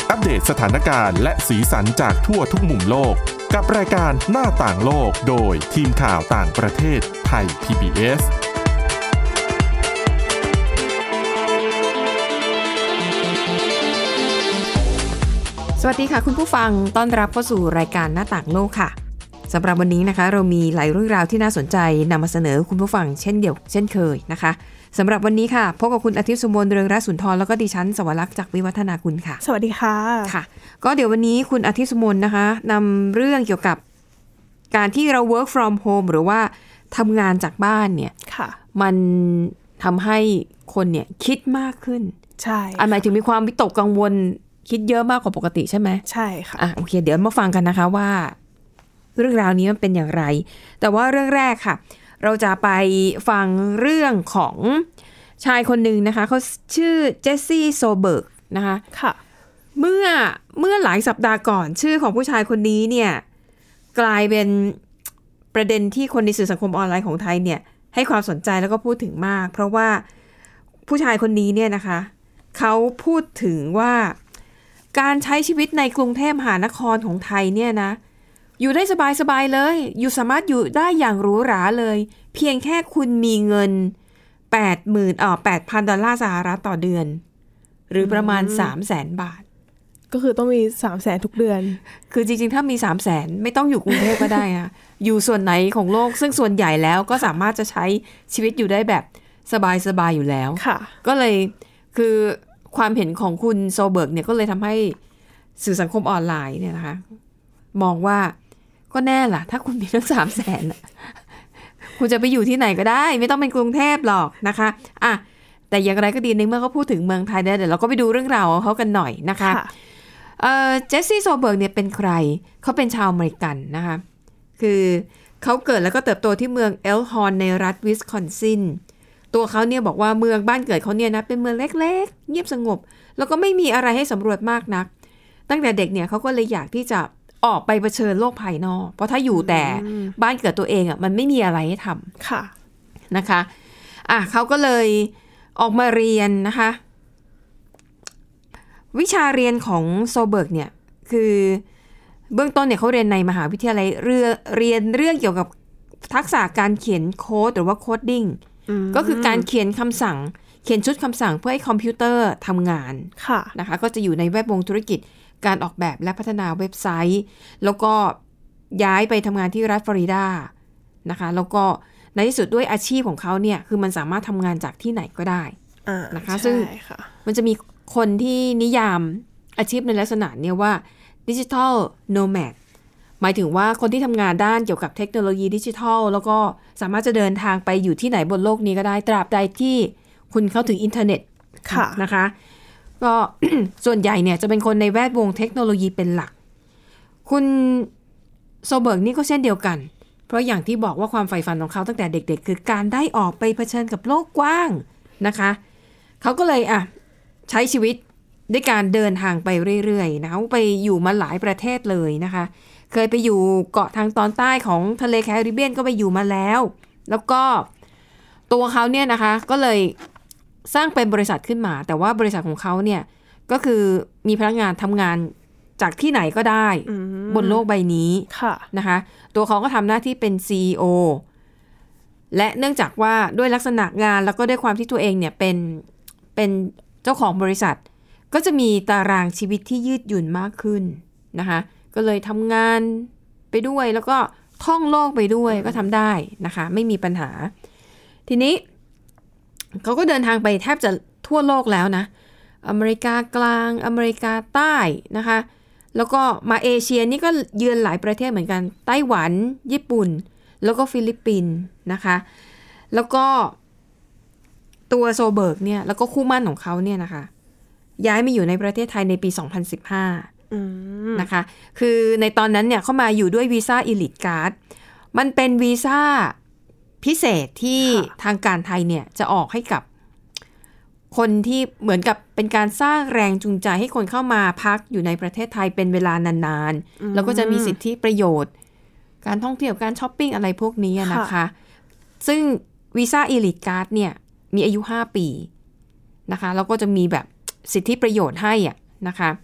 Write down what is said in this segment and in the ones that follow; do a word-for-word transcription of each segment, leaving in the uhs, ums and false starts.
อัปเดตสถานการณ์และสีสันจากทั่วทุกมุมโลกกับรายการหน้าต่างโลกโดยทีมข่าวต่างประเทศไทย พี บี เอสสวัสดีค่ะคุณผู้ฟังต้อนรับเข้าสู่รายการหน้าต่างโลกค่ะสำหรับวันนี้นะคะเรามีหลายเรื่องราวที่น่าสนใจนำมาเสนอคุณผู้ฟังเช่นเดียวเช่นเคยนะคะสำหรับวันนี้ค่ะพบกับคุณอาทิตย์สุมนเรืองรัตน์สุนทรแล้วก็ดิฉันสวรักษ์จากวิวัฒนาคุณค่ะสวัสดีค่ะค่ะก็เดี๋ยววันนี้คุณอาทิตย์สุมนนะคะนำเรื่องเกี่ยวกับการที่เรา work from home หรือว่าทำงานจากบ้านเนี่ยมันทำให้คนเนี่ยคิดมากขึ้นใช่อันหมายถึงมีความวิตกกังวลคิดเยอะมากกว่าปกติใช่ไหมใช่ค่ะอ่ะโอเคเดี๋ยวมาฟังกันนะคะว่าเรื่องราวนี้มันเป็นอย่างไรแต่ว่าเรื่องแรกค่ะเราจะไปฟังเรื่องของชายคนหนึ่งนะคะเขาชื่อเจสซี่โซเบิร์กนะคะค่ะเมื่อเมื่อหลายสัปดาห์ก่อนชื่อของผู้ชายคนนี้เนี่ยกลายเป็นประเด็นที่คนในสื่อสังคมออนไลน์ของไทยเนี่ยให้ความสนใจแล้วก็พูดถึงมากเพราะว่าผู้ชายคนนี้เนี่ยนะคะเขาพูดถึงว่าการใช้ชีวิตในกรุงเทพมหานครของไทยเนี่ยนะอยู่ได้สบายๆเลยอยู่สามารถอยู่ได้อย่างหรูหราเลยเพียงแค่คุณมีเงิน แปดหมื่น เอ่อ แปดพัน ดอลลาร์สหรัฐต่อเดือนหรือประมาณ สามแสน บาทก็คือต้องมี สามแสน ทุกเดือนคือจริงๆถ้ามี สามแสน ไม่ต้องอยู่กรุงเทพก็ได้นะอยู่ส่วนไหนของโลกซึ่งส่วนใหญ่แล้วก็สามารถจะใช้ชีวิตอยู่ได้แบบสบายๆอยู่แล้วก็เลยคือความเห็นของคุณโซเบิร์กเนี่ยก็เลยทำให้สื่อสังคมออนไลน์เนี่ยนะคะมองว่าก็แน่ล่ะถ้าคุณมีตั้งสามแสนคุณจะไปอยู่ที่ไหนก็ได้ไม่ต้องเป็นกรุงเทพหรอกนะคะอ่ะแต่อย่างไรก็ดีในเมื่อเขาพูดถึงเมืองไทยได้เดี๋ยวเราก็ไปดูเรื่องราวของเขากันหน่อยนะคะเอ่อเจสซี่โซเบิร์กเนี่ยเป็นใครเขาเป็นชาวอเมริกันนะคะคือเขาเกิดแล้วก็เติบโตที่เมืองเอลฮอร์นในรัฐวิสคอนซินตัวเขาเนี่ยบอกว่าเมืองบ้านเกิดเขาเนี่ยนะเป็นเมืองเล็กๆเงียบสงบแล้วก็ไม่มีอะไรให้สำรวจมากนักตั้งแต่เด็กเนี่ยเขาก็เลยอยากที่จะออกไปเผชิญโลกภายนอกเพราะถ้าอยู่แต่บ้านเกิดตัวเองอ่ะมันไม่มีอะไรให้ทำค่ะนะคะอ่ะเขาก็เลยออกมาเรียนนะคะวิชาเรียนของโซเบิร์กเนี่ยคือเบื้องต้นเนี่ยเขาเรียนในมหาวิทยาลัยเรือเรียนเรื่องเกี่ยวกับทักษะการเขียนโค้ดหรือว่าโคดดิ้งก็คือการเขียนคำสั่งเขียนชุดคำสั่งเพื่อให้คอมพิวเตอร์ทำงานนะคะก็จะอยู่ในแวดวงธุรกิจการออกแบบและพัฒนาเว็บไซต์แล้วก็ย้ายไปทำงานที่รัฐฟลอริดานะคะแล้วก็ในที่สุดด้วยอาชีพของเขาเนี่ยคือมันสามารถทำงานจากที่ไหนก็ได้นะคะซึ่งมันจะมีคนที่นิยามอาชีพในลักษณะเนี่ยว่าดิจิทัลโนแมดหมายถึงว่าคนที่ทำงานด้านเกี่ยวกับเทคโนโลยีดิจิทัลแล้วก็สามารถจะเดินทางไปอยู่ที่ไหนบนโลกนี้ก็ได้ตราบใดที่คุณเข้าถึงอินเทอร์เน็ตนะคะก็ ส่วนใหญ่เนี่ยจะเป็นคนในแวดวงเทคโนโลยีเป็นหลักคุณโซเบิร์กนี่ก็เช่นเดียวกันเพราะอย่างที่บอกว่าความใฝ่ฝันของเขาตั้งแต่เด็กๆคือการได้ออกไปเผชิญกับโลกกว้างนะคะเขาก็เลยอ่ะใช้ชีวิตด้วยการเดินทางไปเรื่อยๆนะไปอยู่มาหลายประเทศเลยนะคะเคยไปอยู่เกาะทางตอนใต้ของทะเลแคริบเบียนก็ไปอยู่มาแล้วแล้วก็ตัวเขาเนี่ยนะคะก็เลยสร้างเป็นบริษัทขึ้นมาแต่ว่าบริษัทของเขาเนี่ยก็คือมีพนักงานทำงานจากที่ไหนก็ได้บนโลกใบนี้นะคะตัวเขาก็ทำหน้าที่เป็น ซี อี โอ และเนื่องจากว่าด้วยลักษณะงานแล้วก็ด้วยความที่ตัวเองเนี่ยเป็นเป็นเจ้าของบริษัทก็จะมีตารางชีวิตที่ยืดหยุ่นมากขึ้นนะคะก็เลยทำงานไปด้วยแล้วก็ท่องโลกไปด้วยก็ทำได้นะคะไม่มีปัญหาทีนี้เขาก็เดินทางไปแทบจะทั่วโลกแล้วนะอเมริกากลางอเมริกาใต้นะคะแล้วก็มาเอเชียนี่ก็เยือนหลายประเทศเหมือนกันไต้หวันญี่ปุ่นแล้วก็ฟิลิปปินส์นะคะแล้วก็ตัวโซเบิร์กเนี่ยแล้วก็คู่มั่นของเขาเนี่ยนะคะย้ายมาอยู่ในประเทศไทยในปีสองพันสิบห้านะคะคือในตอนนั้นเนี่ยเขามาอยู่ด้วยวีซ่าอีลิทการ์ดมันเป็นวีซ่าพิเศษที่ทางการไทยเนี่ยจะออกให้กับคนที่เหมือนกับเป็นการสร้างแรงจูงใจให้คนเข้ามาพักอยู่ในประเทศไทยเป็นเวลานานๆแล้วก็จะมีสิทธิประโยชน์การท่องเที่ยวการช้อปปิ้งอะไรพวกนี้นะคะซึ่งวีซ่าอีลิทการ์ดเนี่ยมีอายุห้าปีนะคะแล้วก็จะมีแบบสิทธิประโยชน์ให้อ่ะนะคะ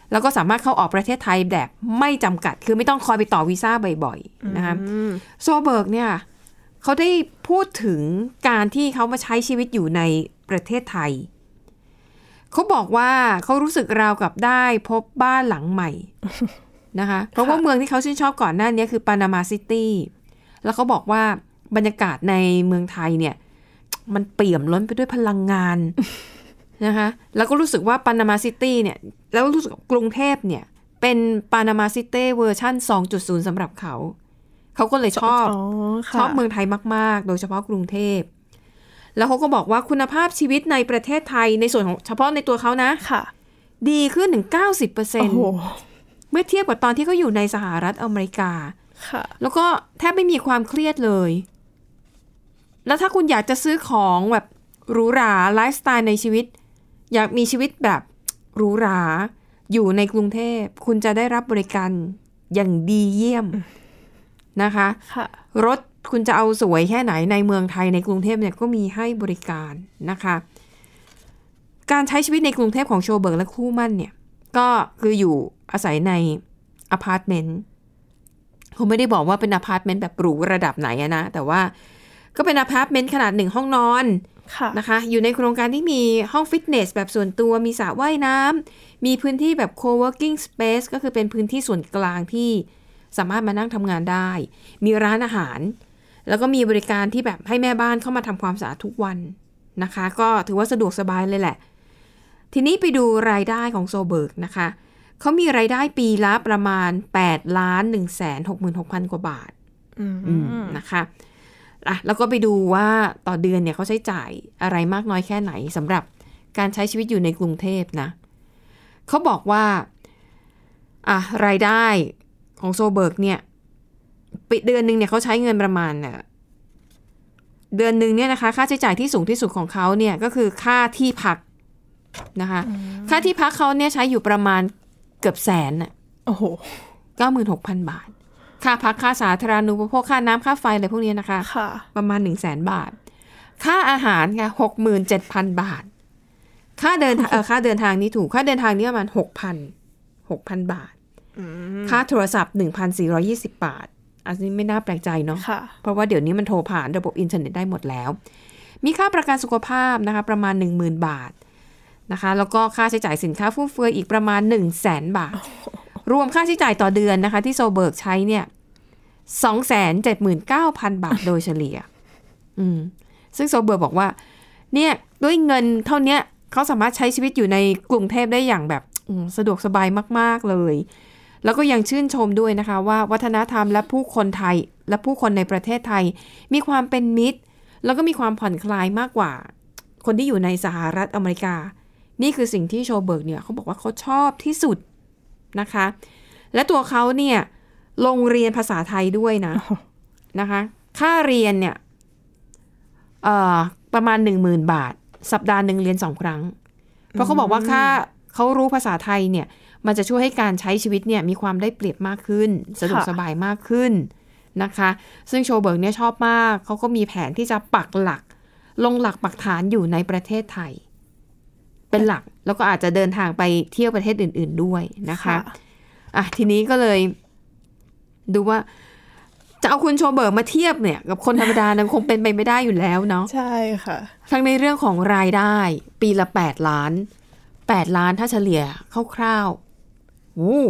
แล้วก็สามารถเข้าออกประเทศไทยแบบไม่จำกัดคือไม่ต้องคอยไปต่อวีซ่าบ่อยๆนะคะโซเบิร์กเนี่ยเขาได้พูดถึงการที่เขามาใช้ชีวิตอยู่ในประเทศไทยเขาบอกว่าเขารู้สึกราวกับได้พบบ้านหลังใหม่นะคะเพราะว่าเมืองที่เขาชื่นชอบก่อนหน้านี้คือปานามาซิตี้แล้วเขาบอกว่าบรรยากาศในเมืองไทยเนี่ยมันเปี่ยมล้นไปด้วยพลังงานนะคะแล้วก็รู้สึกว่าปานามาซิตี้เนี่ยแล้วรู้สึกกรุงเทพเนี่ยเป็นปานามาซิตี้เวอร์ชั่น สองจุดศูนย์ สำหรับเขาเขาก็เลยชอบชอบเมืองไทยมากๆโดยเฉพาะกรุงเทพแล้วเขาก็บอกว่าคุณภาพชีวิตในประเทศไทยในส่วนของเฉพาะในตัวเขานะค่ะดีขึ้นถึง เก้าสิบเปอร์เซ็นต์ เมื่อเทียบกับตอนที่เขาอยู่ในสหรัฐอเมริกาค่ะแล้วก็แทบไม่มีความเครียดเลยแล้วถ้าคุณอยากจะซื้อของแบบหรูหราไลฟ์สไตล์ในชีวิตอยากมีชีวิตแบบหรูหราอยู่ในกรุงเทพคุณจะได้รับบริการอย่างดีเยี่ยมนะคะรถคุณจะเอาสวยแค่ไหนในเมืองไทยในกรุงเทพเนี่ยก็มีให้บริการนะคะการใช้ชีวิตในกรุงเทพของโชเบิร์กและคู่มั่นเนี่ยก็คืออยู่อาศัยในอพาร์ตเมนต์เขาไม่ได้บอกว่าเป็นอพาร์ตเมนต์แบบหรูระดับไหนนะแต่ว่าก็เป็นอพาร์ตเมนต์ขนาดหนึ่งห้องนอนนะคะอยู่ในโครงการที่มีห้องฟิตเนสแบบส่วนตัวมีสระว่ายน้ำมีพื้นที่แบบ co-working space ก็คือเป็นพื้นที่ส่วนกลางที่สามารถมานั่งทำงานได้มีร้านอาหารแล้วก็มีบริการที่แบบให้แม่บ้านเข้ามาทำความสะอาดทุกวันนะคะก็ถือว่าสะดวกสบายเลยแหละทีนี้ไปดูรายได้ของโซเบิร์กนะคะเขามีรายได้ปีละประมาณแปดล้านหนึ่งแสนหกหมื่นหกพันกว่าบาทนะคะอ่ะแล้วก็ไปดูว่าต่อเดือนเนี่ยเขาใช้จ่ายอะไรมากน้อยแค่ไหนสำหรับการใช้ชีวิตอยู่ในกรุงเทพนะเขาบอกว่าอ่ะรายได้ของโซเบิร์กเนี่ยปีเดือนนึงเนี่ยเขาใช้เงินประมาณเนี่ยเดือนนึงเนี่ยนะคะค่าใช้จ่ายที่สูงที่สุดของเขาเนี่ยก็คือค่าที่พักนะคะค่าที่พักเขาเนี่ยใช้อยู่ประมาณเกือบแสนน่ะโอ้โหเก้าหมื่นหกพัน บาทค่าพักค่าสาธารณูปโภคค่าน้ำค่าไฟอะไรพวกนี้นะคะค่ะประมาณ หนึ่งแสน บาทค่าอาหารค่ะ หกหมื่นเจ็ดพัน บาทค่าเดินเออค่าเดินทางนี่ถูกค่าเดินทางนี่ประมาณ หกพัน หกพัน บาทค่าโทรศัพท์ หนึ่งพันสี่ร้อยยี่สิบ บาทอันนี้ไม่น่าแปลกใจเนาะเพราะว่าเดี๋ยวนี้มันโทรผ่านระบบอินเทอร์เน็ตได้หมดแล้วมีค่าประกันสุขภาพนะคะประมาณ หนึ่งหมื่น บาทนะคะแล้วก็ค่าใช้จ่ายสินค้าฟุ่มเฟือยอีกประมาณ หนึ่งแสน บาทรวมค่าใช้จ่ายต่อเดือนนะคะที่โซเบิร์กใช้เนี่ย สองแสนเจ็ดหมื่นเก้าพัน บาทโดยเฉลี่ยอืมซึ่งโซเบิร์กบอกว่าเนี่ยด้วยเงินเท่านี้เขาสามารถใช้ชีวิตอยู่ในกรุงเทพได้อย่างแบบสะดวกสบายมากๆเลยแล้วก็ยังชื่นชมด้วยนะคะว่าวัฒนธรรมและผู้คนไทยและผู้คนในประเทศไทยมีความเป็นมิตรแล้วก็มีความผ่อนคลายมากกว่าคนที่อยู่ในสหรัฐอเมริกานี่คือสิ่งที่โชเบิร์กเนี่ยเขาบอกว่าเขาชอบที่สุดนะคะและตัวเขาเนี่ยลงเรียนภาษาไทยด้วยนะ นะคะค่าเรียนเนี่ยเอ่อประมาณ หนึ่งหมื่น บาทสัปดาห์นึงเรียนสองครั้งเพราะเขาบอกว่าค่าเขารู้ภาษาไทยเนี่ยมันจะช่วยให้การใช้ชีวิตเนี่ยมีความได้เปรียบมากขึ้นสะดวกสบายมากขึ้นนะคะซึ่งโชเบิร์กเนี่ยชอบมากเขาก็มีแผนที่จะปักหลักลงหลักปักฐานอยู่ในประเทศไทยเป็นหลักแล้วก็อาจจะเดินทางไปเที่ยวประเทศอื่นๆด้วยนะคะอ่ะทีนี้ก็เลยดูว่าจะเอาคุณโชเบิร์กมาเทียบเนี่ยกับคนธรรมดานั้นคงเป็นไปไม่ได้อยู่แล้วเนาะใช่ค่ะทั้งในเรื่องของรายได้ปีละแปดล้านแปดล้านถ้าเฉลี่ยคร่าวๆโอ้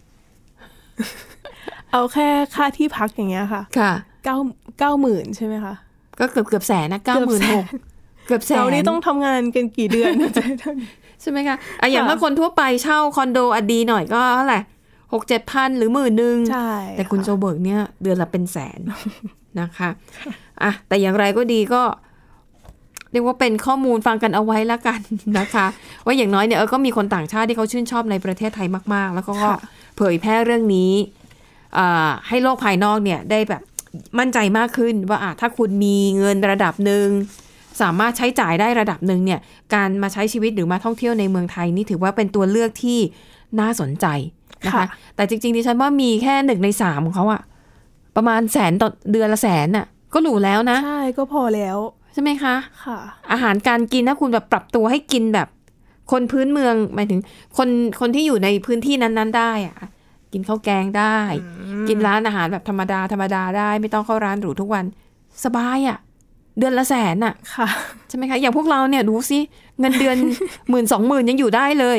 เอาแค่ค่าที่พักอย่างเงี้ยค่ะค่ะเก้าเก้าหมื่นใช่ไหมคะก็เกือบเกือบแสนนะเก้าหมื่นหกเกือบแสนเรานี่ต้องทำงานกันกี่เดือนใช่ไหมคะอ่ะอย่างบางคนทั่วไปเช่าคอนโดอดีหน่อยก็เท่าไหร่หกเจ็ดพันหรือหมื่นหนึ่งแต่คุณโชเบิร์กเนี่ยเดือนละเป็นแสนนะคะอ่ะแต่อย่างไรก็ดีก็เรียกว่าเป็นข้อมูลฟังกันเอาไว้แล้วกันนะคะว่าอย่างน้อยเนี่ยเออก็มีคนต่างชาติที่เขาชื่นชอบในประเทศไทยมากๆแล้วก็เผยแพร่เรื่องนี้ให้โลกภายนอกเนี่ยได้แบบมั่นใจมากขึ้นว่าถ้าคุณมีเงินระดับหนึ่งสามารถใช้จ่ายได้ระดับหนึ่งเนี่ยการมาใช้ชีวิตหรือมาท่องเที่ยวในเมืองไทยนี่ถือว่าเป็นตัวเลือกที่น่าสนใจนะคะแต่จริงๆดิฉันว่ามีแค่หนึ่งในสามของเขาอะประมาณแสนต่อเดือนละแสนน่ะก็หรูแล้วนะใช่ก็พอแล้วใช่ไหมคะค่ะอาหารการกินถ้าคุณแบบปรับตัวให้กินแบบคนพื้นเมืองหมายถึงคนคนที่อยู่ในพื้นที่นั้นๆได้อะกินข้าวแกงได้กินร้านอาหารแบบธรรมดาธรรมดาได้ไม่ต้องเข้าร้านหรูทุกวันสบายอ่ะเดือนละแสนอ่ะค่ะใช่ไหมคะอย่างพวกเราเนี่ยดูสิเงินเดือนหมื่นสองหมื่นยังอยู่ได้เลย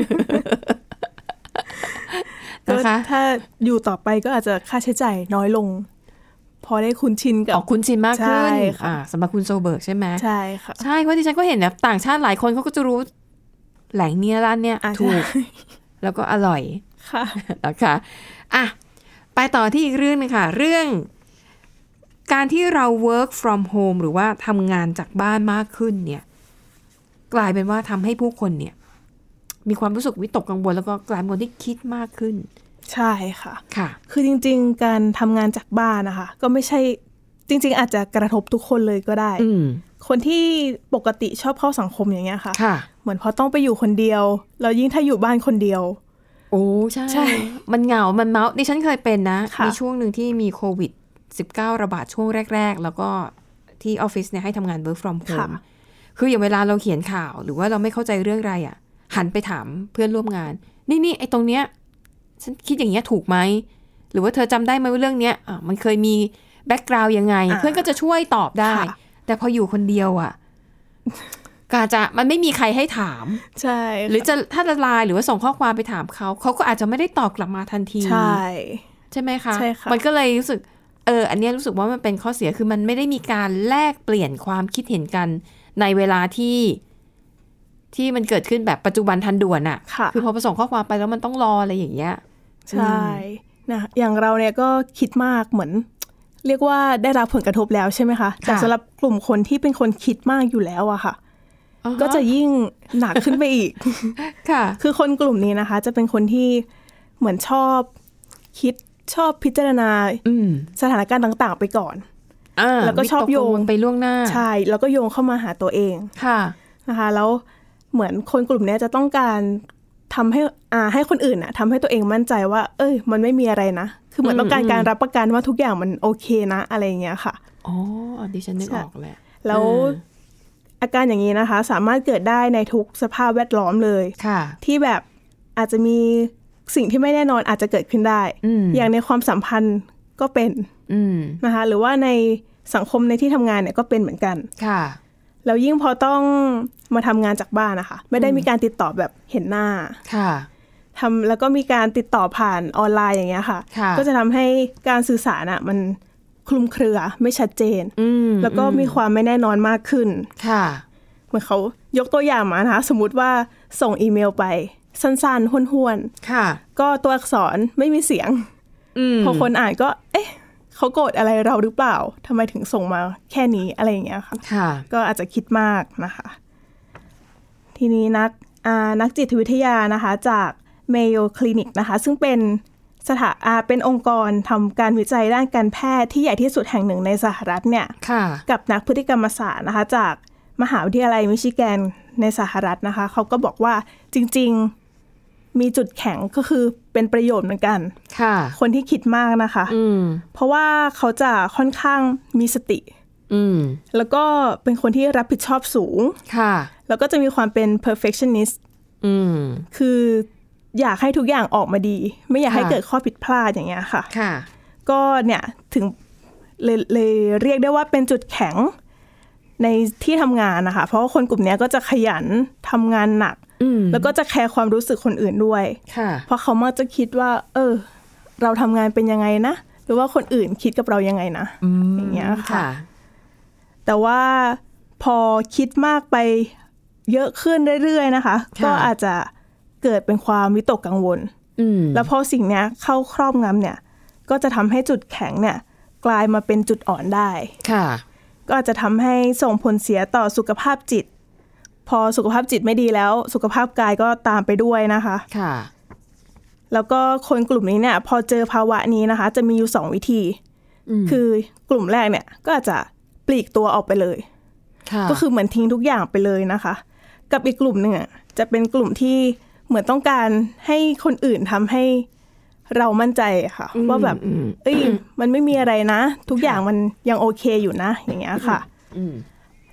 นะคะถ้าอยู่ต่อไปก็อาจจะค่าใช้จ่ายน้อยลงพอได้คุ้นชินกับออกคุ้นชินมากขึ้นอ่าสำหรับคุณโซเบิร์กใช่ไหมใช่ค่ะใช่เพราะที่ฉันก็เห็นแบบต่างชาติหลายคนเขาก็จะรู้แหล่งเนี้ยร้านเนี้ยถูกแล้วก็อร่อยค่ะนะคะอ่ะไปต่อที่อีกเรื่องนึงค่ะเรื่องการที่เรา work from home หรือว่าทำงานจากบ้านมากขึ้นเนี่ยกลายเป็นว่าทำให้ผู้คนเนี่ยมีความรู้สึกวิตกกังวลแล้วก็กลายเป็นคนที่คิดมากขึ้นใช่ค่ะค่ะคือจริงๆการทำงานจากบ้านนะคะก็ไม่ใช่จริงๆอาจจะกระทบทุกคนเลยก็ได้คนที่ปกติชอบเข้าสังคมอย่างเงี้ยค่ะเหมือนพอต้องไปอยู่คนเดียวแล้วยิ่งถ้าอยู่บ้านคนเดียวโอ้ใช่ใช่มันเหงามันเมาดิฉันเคยเป็นนะมีช่วงหนึ่งที่มีโควิดสิบเก้าระบาดช่วงแรกๆแล้วก็ที่ออฟฟิศเนี่ยให้ทำงาน work from home คืออย่างเวลาเราเขียนข่าวหรือว่าเราไม่เข้าใจเรื่องอะไรอ่ะหันไปถามเพื่อนร่วมงานนี่นี่ไอ้ตรงเนี้ยฉันคิดอย่างเงี้ยถูกไหมหรือว่าเธอจำได้ไหมว่าเรื่องเนี้ยอ่ะมันเคยมีแบ็กกราวด์ยังไงเพื่อนก็จะช่วยตอบได้แต่พออยู่คนเดียวอ่ะก็จะมันไม่มีใครให้ถามใช่หรือจะถ้าละลายหรือว่าส่งข้อความไปถามเขาเขาก็อาจจะไม่ได้ตอบกลับมาทันทีใช่ใช่ไหมคะใช่ค่ะมันก็เลยรู้สึกเอออันนี้รู้สึกว่ามันเป็นข้อเสียคือมันไม่ได้มีการแลกเปลี่ยนความคิดเห็นกันในเวลาที่ที่มันเกิดขึ้นแบบปัจจุบันทันด่วนอ่ะคือพอไปส่งข้อความไปแล้วมันต้องรออะไรอย่างเงี้ยใช่นะอย่างเราเนี่ยก็คิดมากเหมือนเรียกว่าได้รับผลกระทบแล้วใช่ไหมคะแต่สำหรับกลุ่มคนที่เป็นคนคิดมากอยู่แล้วอะค่ะก็จะยิ่งหนักขึ้นไปอีกค่ะคือคนกลุ่มนี้นะคะจะเป็นคนที่เหมือนชอบคิดชอบพิจารณาสถานการณ์ต่างๆไปก่อนแล้วก็ชอบโยงไปล่วงหน้าใช่แล้วก็โยงเข้ามาหาตัวเองค่ะนะคะแล้วเหมือนคนกลุ่มนี้จะต้องการทำให้อ่าให้คนอื่นอะทำให้ตัวเองมั่นใจว่าเอ้ยมันไม่มีอะไรนะคือเหมือนต้องการการรับประกันว่าทุกอย่างมันโอเคนะอะไรอย่างเงี้ยค่ะอ๋อดิฉันนึกออกแหละแล้วอาการอย่างนี้นะคะสามารถเกิดได้ในทุกสภาพแวดล้อมเลยที่แบบอาจจะมีสิ่งที่ไม่แน่นอนอาจจะเกิดขึ้นได้อย่างในความสัมพันธ์ก็เป็นนะคะหรือว่าในสังคมในที่ทำงานเนี่ยก็เป็นเหมือนกันค่ะแล้วยิ่งพอต้องมาทำงานจากบ้านนะคะไม่ได้มีการติดต่อแบบเห็นหน้าค่ะทำแล้วก็มีการติดต่อผ่านออนไลน์อย่างเงี้ยค่ะก็จะทำให้การสื่อสารอ่ะมันคลุมเครือไม่ชัดเจนแล้วก็มีความไม่แน่นอนมากขึ้นค่ะเหมือนเขายกตัวอย่างมานะคะสมมุติว่าส่งอีเมลไปสั้นๆห้วนๆค่ะก็ตัวอักษรไม่มีเสียงพอคนอ่านก็เอ๊ะเขาโกรธอะไรเราหรือเปล่าทำไมถึงส่งมาแค่นี้อะไรอย่างเงี้ยค่ะก็อาจจะคิดมากนะคะทีนี้นักนักจิตวิทยานะคะจาก Mayo Clinic นะคะซึ่งเป็นสถาเป็นองค์กรทำการวิจัยด้านการแพทย์ที่ใหญ่ที่สุดแห่งหนึ่งในสหรัฐเนี่ยกับนักพฤติกรรมศาสตร์นะคะจากมหาวิทยาลัยมิชิแกนในสหรัฐนะคะเขาก็บอกว่าจริงๆมีจุดแข็งก็คือเป็นประโยชน์เหมือนกันคนที่คิดมากนะคะเพราะว่าเขาจะค่อนข้างมีสติแล้วก็เป็นคนที่รับผิดชอบสูงแล้วก็จะมีความเป็น perfectionist คืออยากให้ทุกอย่างออกมาดีไม่อยากให้เกิดข้อผิดพลาดอย่างเงี้ยค่ะก็เนี่ยถึงเลยเลยเรียกได้ว่าเป็นจุดแข็งในที่ทำงานนะคะเพราะว่าคนกลุ่มนี้ก็จะขยันทำงานหนักแล้วก็จะแคร์ความรู้สึกคนอื่นด้วยเพราะเขามักจะคิดว่าเออเราทำงานเป็นยังไงนะหรือว่าคนอื่นคิดกับเรายังไงนะ อ, อย่างเงี้ยค่ะแต่ว่าพอคิดมากไปเยอะขึ้นเรื่อยๆนะคะก็อาจจะเกิดเป็นความวิตกกังวลแล้วพอสิ่งนี้เข้าครอบงำเนี่ยก็จะทำให้จุดแข็งเนี่ยกลายมาเป็นจุดอ่อนได้ก็อาจจะทำให้ส่งผลเสียต่อสุขภาพจิตพอสุขภาพจิตไม่ดีแล้วสุขภาพกายก็ตามไปด้วยนะคะค่ะแล้วก็คนกลุ่มนี้เนี่ยพอเจอภาวะนี้นะคะจะมีอยู่สองวิธีคือกลุ่มแรกเนี่ยก็อาจจะปลีกตัวออกไปเลยก็คือเหมือนทิ้งทุกอย่างไปเลยนะคะกับอีกกลุ่มหนึ่งจะเป็นกลุ่มที่เหมือนต้องการให้คนอื่นทำให้เรามั่นใจค่ะว่าแบบเอ้ยมันไม่มีอะไรนะทุกอย่างมันยังโอเคอยู่นะอย่างเงี้ยค่ะ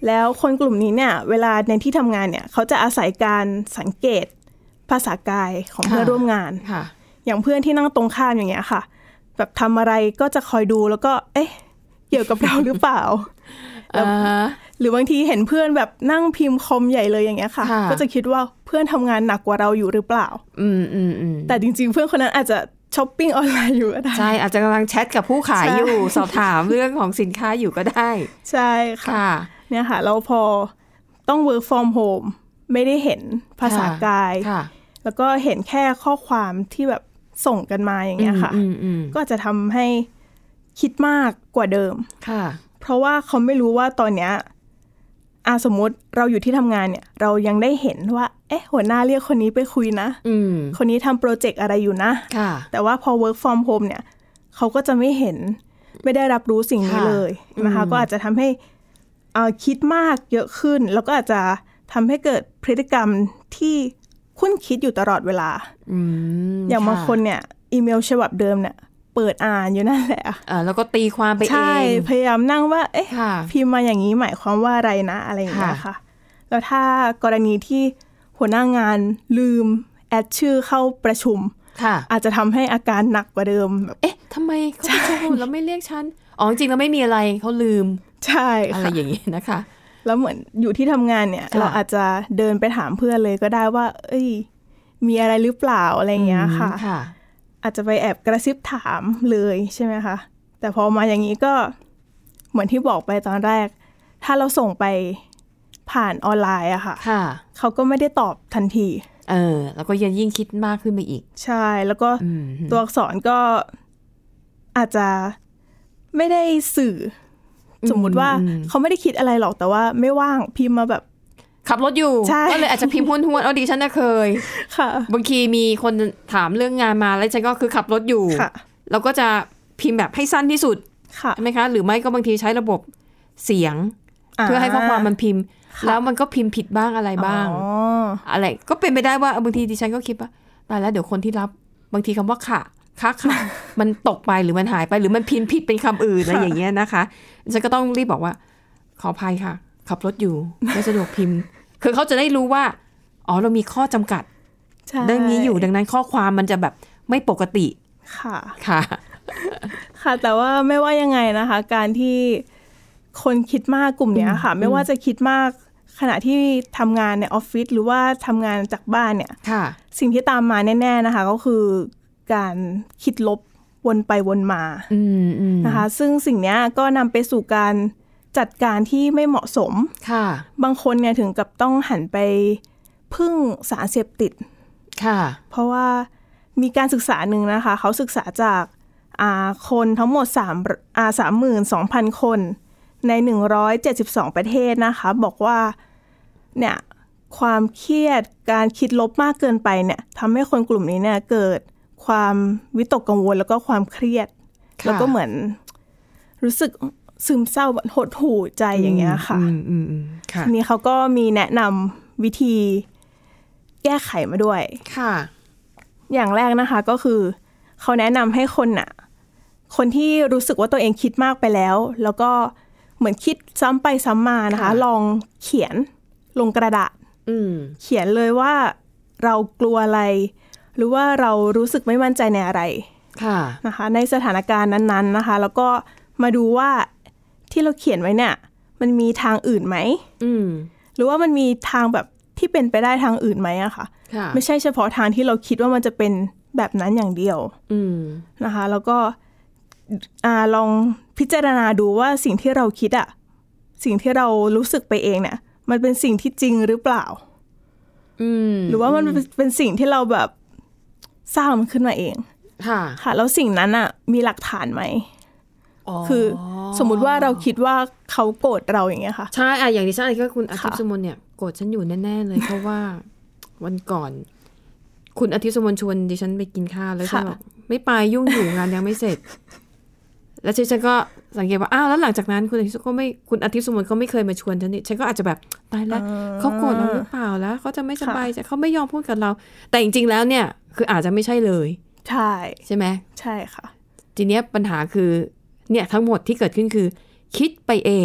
แล้วคนกลุ่มนี้เนี่ยเวลาในที่ทำงานเนี่ยเขาจะอาศัยการสังเกตภาษากายของเพื่อนร่วมงานอย่างเพื่อนที่นั่งตรงข้ามอย่างเงี้ยค่ะแบบทำอะไรก็จะคอยดูแล้วก็เอ๊ะเกี่ยวกับเราหรือเปล่า หรือบางทีเห็นเพื่อนแบบนั่งพิมพ์คอมใหญ่เลยอย่างเงี้ยค่ะก็จะคิดว่าเพื่อนทำงานหนักกว่าเราอยู่หรือเปล่าแต่จริงๆเพื่อนคนนั้นอาจจะช้อปปิ้งออนไลน์อยู่ก็ได้ใช่อาจจะกำลังแชทกับผู้ขายอยู่สอบถามเรื่องของสินค้าอยู่ก็ได้ใช่ค่ะเนี่ยค่ะแล้วพอต้อง work from home ไม่ได้เห็นภาษากายแล้วก็เห็นแค่ข้อความที่แบบส่งกันมาอย่างเงี้ยค่ะก็จะทำให้คิดมากกว่าเดิมเพราะว่าเขาไม่รู้ว่าตอนเนี้ยอ่ะสมมติเราอยู่ที่ทำงานเนี่ยเรายังได้เห็นว่าเอ๊ะหัวหน้าเรียกคนนี้ไปคุยนะคนนี้ทำโปรเจกต์อะไรอยู่นะแต่ว่าพอ work from home เนี่ยเขาก็จะไม่เห็นไม่ได้รับรู้สิ่งนี้เลยนะคะก็อาจจะทำให้อ่าคิดมากเยอะขึ้นแล้วก็อาจจะทำให้เกิดพฤติกรรมที่คุ้นคิดอยู่ตลอดเวลาอย่างบางคนเนี่ยอีเมลฉบับเดิมเนี่ยเปิดอ่านอยู่นั่นแหละอ่าแล้วก็ตีความไปเองใช่พยายามนั่งว่าเอ๊ะพิมพ์มาอย่างนี้หมายความว่าอะไรนะอะไรอย่างเงี้ยค่ะแล้วถ้ากรณีที่หัวหน้างานลืมแอดชื่อเข้าประชุมอาจจะทำให้อาการหนักกว่าเดิมแบบเอ๊ะทำไมเขาประชุมแล้วไม่เรียกฉันอ๋อจริงแล้วไม่มีอะไรเขาลืมใช่อะไรอย่างนี้นะคะแล้วเหมือนอยู่ที่ทำงานเนี่ยเราอาจจะเดินไปถามเพื่อนเลยก็ได้ว่าเอ้ยมีอะไรหรือเปล่าอะไรอย่างเงี้ยค่ะอาจจะไปแอบกระซิบถามเลยใช่ไหมคะแต่พอมาอย่างนี้ก็เหมือนที่บอกไปตอนแรกถ้าเราส่งไปผ่านออนไลน์อะค่ะเขาก็ไม่ได้ตอบทันทีเออแล้วก็ยังยิ่งคิดมากขึ้นไปอีกใช่แล้วก็ตัวอักษรก็อาจจะไม่ได้สื่อสมมุติว่าเขาไม่ได้คิดอะไรหรอกแต่ว่าไม่ว่างพิมพ์มาแบบขับรถอยู่ก็เลยอาจจะพิมพ์ห้วนๆเอาดิฉันน่ะเคยบางทีมีคนถามเรื่องงานมาแล้วฉันก็คือขับรถอยู่เราก็จะพิมพ์แบบให้สั้นที่สุดใช่ไหมคะหรือไม่ก็บางทีใช้ระบบเสียงเพื่อให้ข้อความมันพิมพ์แล้วมันก็พิมพ์ผิดบ้างอะไรบ้างอะไรก็เป็นไปได้ว่าบางทีดิฉันก็คิดว่าตายแล้วเดี๋ยวคนที่รับบางทีคำว่าค่ะค่ะค่ะมันตกไปหรือมันหายไปหรือมันพิมพ์ผิดเป็นคำอื่นอะไรอย่างเงี้ยนะคะฉันก็ต้องรีบบอกว่าขออภัยค่ะขับรถอยู่ไม่สะดวกพิมพ์คือเขาจะได้รู้ว่าอ๋อเรามีข้อจำกัดเรื่องนี้อยู่ดังนั้นข้อความมันจะแบบไม่ปกติค่ะค่ะค่ะแต่ว่าไม่ว่ายังไงนะคะการที่คนคิดมากกลุ่มนี้ค่ะไม่ว่าจะคิดมากขณะที่ทำงานในออฟฟิศหรือว่าทำงานจากบ้านเนี่ยสิ่งที่ตามมาแน่ๆนะคะก็คือการคิดลบวนไปวนมานะคะซึ่งสิ่งนี้ก็นำไปสู่การจัดการที่ไม่เหมาะสมค่ะบางคนเนี่ยถึงกับต้องหันไปพึ่งสารเสพติดค่ะเพราะว่ามีการศึกษาหนึ่งนะคะเขาศึกษาจากอ่าคนทั้งหมด3อ่า สามหมื่นสองพัน คนในหนึ่งร้อยเจ็ดสิบสองประเทศนะคะบอกว่าเนี่ยความเครียดการคิดลบมากเกินไปเนี่ยทำให้คนกลุ่มนี้เนี่ยเกิดความวิตกกังวลแล้วก็ความเครียดแล้วก็เหมือนรู้สึกซึมเศร้าหดหู่ใจอย่างเงี้ยค่ะทีนี้เขาก็มีแนะนำวิธีแก้ไขมาด้วยค่ะอย่างแรกนะคะก็คือเขาแนะนำให้คนน่ะคนที่รู้สึกว่าตัวเองคิดมากไปแล้วแล้วก็เหมือนคิดซ้ำไปซ้ำมานะคะลองเขียนลงกระดาษเขียนเลยว่าเรากลัวอะไรหรือว่าเรารู้สึกไม่มั่นใจในอะไรนะคะในสถานการณ์นั้นๆนะคะแล้วก็มาดูว่าที่เราเขียนไว้เนี่ยมันมีทางอื่นไหมหรือว่ามันมีทางแบบที่เป็นไปได้ทางอื่นไหมอะค่ะไม่ใช่เฉพาะทางที่เราคิดว่ามันจะเป็นแบบนั้นอย่างเดียวนะคะแล้วก็อ่าลองพิจารณาดูว่าสิ่งที่เราคิดอะสิ่งที่เรารู้สึกไปเองเนี่ยมันเป็นสิ่งที่จริงหรือเปล่าหรือว่ามันเป็นสิ่งที่เราแบบสร้างมันขึ้นมาเองค่ะค่ะแล้วสิ่งนั้นอะมีหลักฐานไหมคือสมมุติว่าเราคิดว่าเขาโกรธเราอย่างเงี้ยค่ะใช่อะอย่างที่ฉันก็คุณอาทิตย์สมนเนี่ยโกรธฉันอยู่แน่ๆเลยเพราะว่าวันก่อนคุณอาทิตย์สมนชวนดิฉันไปกินข้าวแล้วฉันบอกไม่ไปยุ่งอยู่งานยังไม่เสร็จแล้วฉันก็สังเกตว่าอ้าวแล้วหลังจากนั้นคุณอาทิตย์ก็ไม่คุณอาทิตย์สมนเขาไม่เคยมาชวนฉันนี่ฉันก็อาจจะแบบตายแล้วเขาโกรธเราหรือเปล่าแล้วเขาจะไม่สบายใจเขาไม่ยอมพูดกับเราแต่จริงๆแล้วเนี่ยคืออาจจะไม่ใช่เลยใช่ใช่ไหมใช่ค่ะทีเนี้ยปัญหาคือเนี่ยทั้งหมดที่เกิดขึ้นคือคิดไปเอง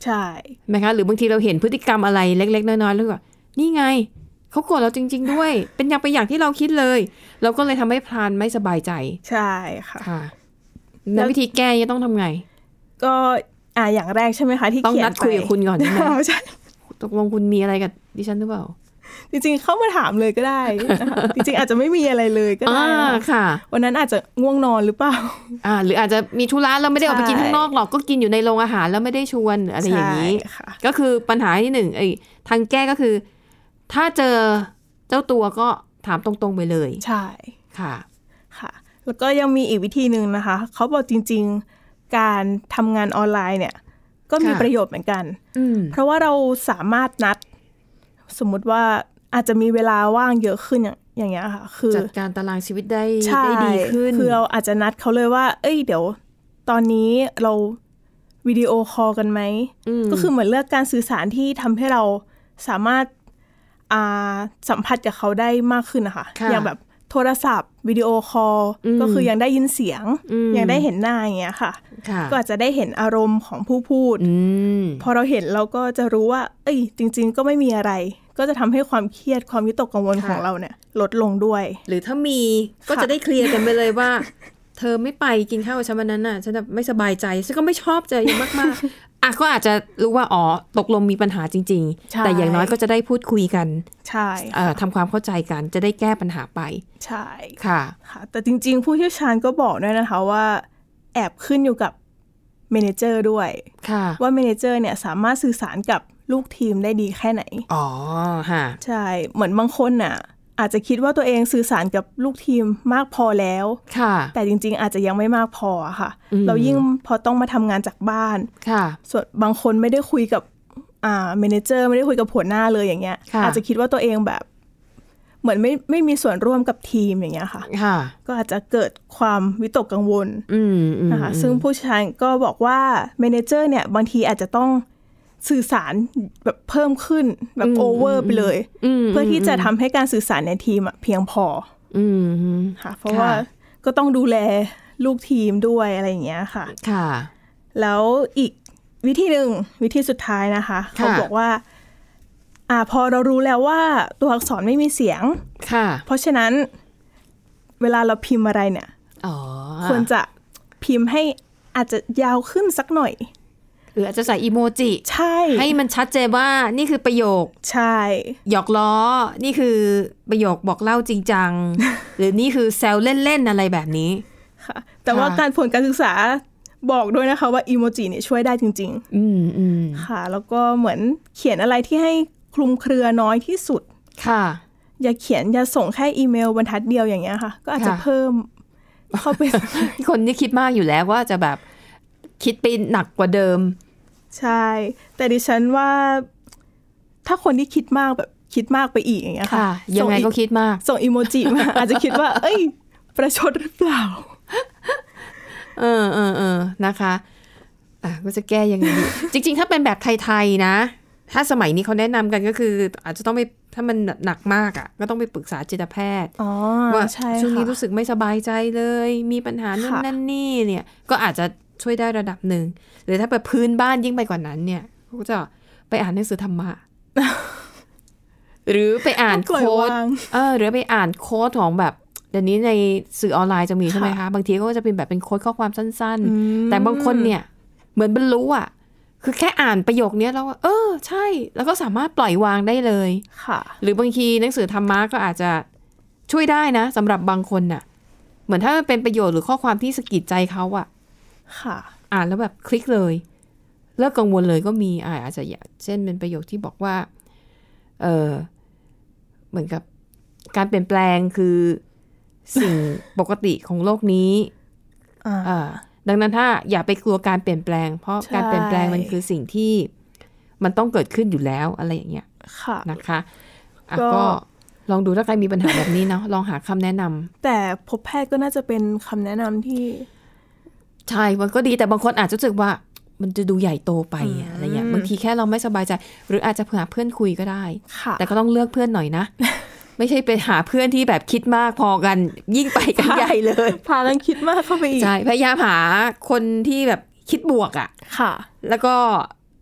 ใช่ไหมคะหรือบางทีเราเห็นพฤติกรรมอะไรเล็กๆน้อยๆแล้วก็นี่ไงเขาโกรธเราจริงๆด้วยเป็นอย่างไปอย่างที่เราคิดเลยเราก็เลยทำให้พรานไม่สบายใจใช่ค่ะค่ะแล้ววิธีแก้จะต้องทำไงก็อ่าอย่างแรกใช่ไหมคะที่ต้องนัดคุยกับคุณก่อนใช่ไหมใช่ตกลงคุณมีอะไรกับดิฉันหรือเปล่าจริงๆเข้ามาถามเลยก็ได้จริงๆอาจจะไม่มีอะไรเลยก็ได้ค่ะวันนั้นอาจจะง่วงนอนหรือเปล่าอ่าหรืออาจจะมีธุระแล้วไม่ได้ออกไปกินข้างนอกหรอกก็กินอยู่ในโรงอาหารแล้วไม่ได้ชวนอะไรอย่างนี้ก็คือปัญหาที่หนึ่งไอ้ทางแก้ก็คือถ้าเจอเจ้าตัวก็ถามตรงๆไปเลยใช่ค่ะค่ะแล้วก็ยังมีอีกวิธีหนึ่งนะคะเขาบอกจริงๆการทำงานออนไลน์เนี่ยก็มีประโยชน์เหมือนกันเพราะว่าเราสามารถนัดสมมุติว่าอาจจะมีเวลาว่างเยอะขึ้นอย่างอย่างเงี้ยค่ะคือจัดการตารางชีวิตได้ได้ดีขึ้นคือเราอาจจะนัดเขาเลยว่าเอ้ยเดี๋ยวตอนนี้เราวิดีโอคอลกันไหมก็คือเหมือนเลือกการสื่อสารที่ทำให้เราสามารถสัมผัสกับเขาได้มากขึ้นนะคะอย่างแบบโทรศัพท์วิดีโอคอลก็คือยังได้ยินเสียงยังได้เห็นหน้าอย่างเงี้ยค่ะก็อาจจะได้เห็นอารมณ์ของผู้พูดพอเราเห็นเราก็จะรู้ว่าเอ้ยจริงๆก็ไม่มีอะไรก็จะทำให้ความเครียดความวิตกกังวลของเราเนี่ยลดลงด้วยหรือถ้ามีก็จะได้เคลียร์กันไปเลยว่าเธอไม่ไปกินข้าวกับฉันวันนั้นน่ะฉันไม่สบายใจฉันก็ไม่ชอบเจออย่างมากๆอ่ะก็อาจจะรู้ว่าอ๋อตกลงมีปัญหาจริงๆแต่อย่างน้อยก็จะได้พูดคุยกันใช่ทำความเข้าใจกันจะได้แก้ปัญหาไปใช่ค่ะค่ะแต่จริงๆผู้เชี่ยวชาญก็บอกด้วยนะคะว่าแอบขึ้นอยู่กับเมเนเจอร์ด้วยว่าเมเนเจอร์เนี่ยสามารถสื่อสารกับลูกทีมได้ดีแค่ไหนอ๋อฮะใช่เหมือนบางคนน่ะอาจจะคิดว่าตัวเองสื่อสารกับลูกทีมมากพอแล้วค่ะแต่จริงๆอาจจะยังไม่มากพอค่ะเรายิ่งพอต้องมาทำงานจากบ้านค่ะส่วนบางคนไม่ได้คุยกับอ่าเมเนเจอร์ไม่ได้คุยกับหัวหน้าเลยอย่างเงี้ยอาจจะคิดว่าตัวเองแบบเหมือนไม่ไม่มีส่วนร่วมกับทีมอย่างเงี้ยค่ะก็อาจจะเกิดความวิตกกังวลนะคะซึ่งผู้เชี่ยวชาญก็บอกว่าเมเนเจอร์เนี่ยบางทีอาจจะต้องสื่อสารแบบเพิ่มขึ้นแบบโอเวอร์ไปเลยเพื่อที่จะทำให้การสื่อสารในทีมอะเพียงพอค่ะเพราะว่าก็ต้องดูแลลูกทีมด้วยอะไรอย่างเงี้ยค่ะค่ะแล้วอีกวิธีหนึ่งวิธีสุดท้ายนะคะเขาบอกว่าอ่าพอเรารู้แล้วว่าตัวอักษรไม่มีเสียงค่ะเพราะฉะนั้นเวลาเราพิมพ์อะไรเนี่ยควรจะพิมพ์ให้อาจจะยาวขึ้นสักหน่อยหรืออาจจะใส่อีโมจิใช่ให้มันชัดเจนว่านี่คือประโยคใช่หยอกล้อนี่คือประโยคบอกเล่าจริงจัง หรือนี่คือแซวเล่นๆอะไรแบบนี้ค่ะแต่ว่าการผลการศึกษาบอกด้วยนะคะว่าอีโมจิเนี่ยช่วยได้จริงๆอืมอืมค่ะแล้วก็เหมือนเขียนอะไรที่ให้คลุมเครือน้อยที่สุดค่ะอย่าเขียนอย่าส่งแค่อีเมลบรรทัดเดียวอย่างเงี้ยค่ะก็อาจจะเพิ่มเข้าไปคนที่คิดมากอยู่แล้วว่าจะแบบคิดไปหนักกว่าเดิมใช่แต่ดิฉันว่าถ้าคนที่คิดมากแบบคิดมากไปอีกอย่างเงี้ยค่ะยังไงก็คิดมากส่งอีโมจิมา อาจจะคิดว่าเอ้ยประชดหรือเปล่าเออเออเออนะคะอ่ะก็จะแก้ยังไงดี จริงๆถ้าเป็นแบบไทยๆนะถ้าสมัยนี้เขาแนะนำกันก็คืออาจจะต้องไปถ้ามันหนักมากอ่ะก็ต้องไปปรึกษาจิตแพทย์ว่าช่วงนี้รู้สึกไม่สบายใจเลยมีปัญหานู่นนั่นนี่เนี่ยก็อาจจะช่วยได้ระดับหนึ่งหรือถ้าแบบพื้นบ้านยิ่งไปกว่านั้นเนี่ยก็จะไปอ่านหนังสือธรรมะ หรือไปอ่านโค้ดเออหรือไปอ่านโค้ดของแบบเดี๋ยวนี้ในสื่อออนไลน์จะมีใช่ไหมคะบางทีก็จะเป็นแบบเป็นโค้ดข้อความสั้นๆแต่บางคนเนี่ยเหมือนบรรลุอ่ะคือแค่อ่านประโยคนี้แล้วว่าเออใช่แล้วก็สามารถปล่อยวางได้เลยค่ะหรือบางทีหนังสือธรรมะก็อาจจะช่วยได้นะสำหรับบางคนน่ะเหมือนถ้ามันเป็นประโยชน์หรือข้อความที่สะกิดใจเขาอ่ะค่ะอ่านแล้วแบบคลิกเลยเลิกกังวลเลยก็มีอ่าอาจจะอย่างเช่นเป็นประโยคที่บอกว่าเออเหมือนกับการเปลี่ยนแปลงคือสิ่ง ปกติของโลกนี้อ่าดังนั้นถ้าอย่าไปกลัวการเปลี่ยนแปลงเพราะการเปลี่ยนแปลงมันคือสิ่งที่มันต้องเกิดขึ้นอยู่แล้วอะไรอย่างเงี้ยนะคะก็ลองดูถ้าใครมีปัญหาแบบนี้เนาะลองหาคำแนะนำแต่พบแพทย์ก็น่าจะเป็นคำแนะนำที่ใช่มันก็ดีแต่บางคนอาจจะรู้สึกว่ามันจะดูใหญ่โตไปอะไรเงี้ยบางทีแค่เราไม่สบายใจหรืออาจจะหาเพื่อนคุยก็ได้แต่ก็ต้องเลือกเพื่อนหน่อยนะ ไม่ใช่ไปหาเพื่อนที่แบบคิดมากพอกันยิ่งไปกันใหญ่เลยพากันคิดมากเข้าไปอีกใช่พยายามหาคนที่แบบคิดบวกอ่ะค่ะแล้วก็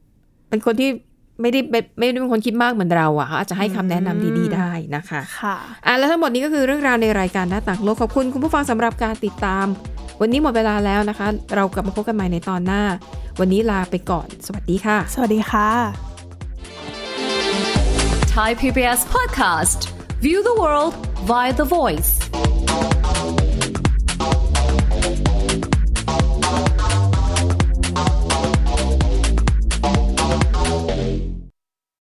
เป็นคนที่ไม่ได้ไม่ได้เป็นคนคิดมากเหมือนเราอะค่ะอาจจะให้คำแนะนำดีๆได้นะคะค่ะอ่ะแล้วทั้งหมดนี้ก็คือเรื่องราวในรายการหน้าต่างโลกขอบคุณคุณผู้ฟังสำหรับการติดตามวันนี้หมดเวลาแล้วนะคะเรากลับมาพบกันใหม่ในตอนหน้าวันนี้ลาไปก่อนสวัสดีค่ะสวัสดีค่ะ Thai พี บี เอส Podcast View the world via The Voice